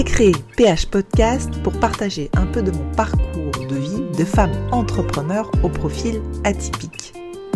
créé PH Podcast pour partager un peu de mon parcours de vie de femme entrepreneur au profil atypique.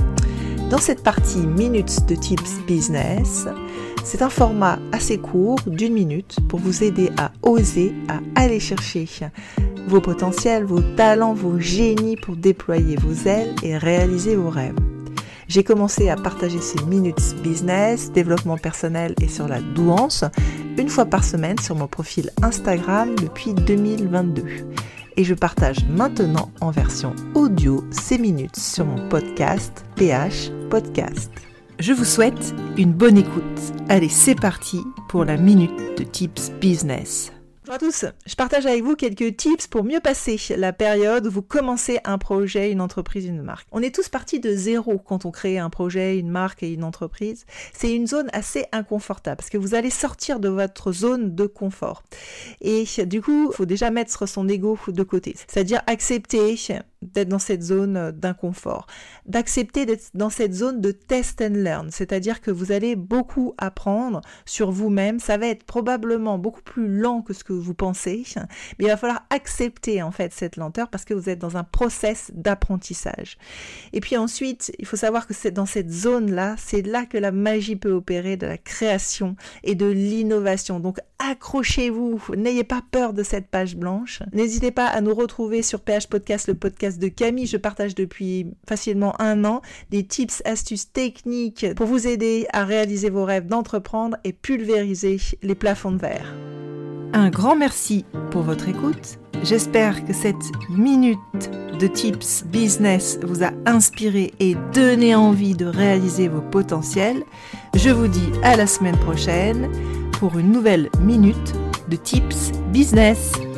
Dans cette partie Minutes de Tips Business, c'est un format assez court d'1 minute pour vous aider à oser, à aller chercher vos potentiels, vos talents, vos génies pour déployer vos ailes et réaliser vos rêves. J'ai commencé à partager ces Minutes Business, développement personnel et sur la douance, une fois par semaine sur mon profil Instagram depuis 2022. Et je partage maintenant en version audio ces minutes sur mon podcast PH Podcast. Je vous souhaite une bonne écoute. Allez, c'est parti pour la Minute de Tips Business. Bonjour à tous, je partage avec vous quelques tips pour mieux passer la période où vous commencez un projet, une entreprise, une marque. On est tous partis de zéro quand on crée un projet, une marque et une entreprise. C'est une zone assez inconfortable parce que vous allez sortir de votre zone de confort. Et du coup, il faut déjà mettre son ego de côté, c'est-à-dire accepter d'être dans cette zone d'inconfort, d'accepter d'être dans cette zone de test and learn, c'est-à-dire que vous allez beaucoup apprendre sur vous-même, ça va être probablement beaucoup plus lent que ce que vous pensez, mais il va falloir accepter en fait cette lenteur parce que vous êtes dans un process d'apprentissage. Et puis ensuite, il faut savoir que c'est dans cette zone-là, c'est là que la magie peut opérer de la création et de l'innovation. Donc accrochez-vous, n'ayez pas peur de cette page blanche. N'hésitez pas à nous retrouver sur PH Podcast, le podcast de Camille. Je partage depuis facilement 1 an des tips, astuces, techniques pour vous aider à réaliser vos rêves d'entreprendre et pulvériser les plafonds de verre. Un grand merci pour votre écoute. J'espère que cette minute de tips business vous a inspiré et donné envie de réaliser vos potentiels. Je vous dis à la semaine prochaine pour une nouvelle minute de tips business.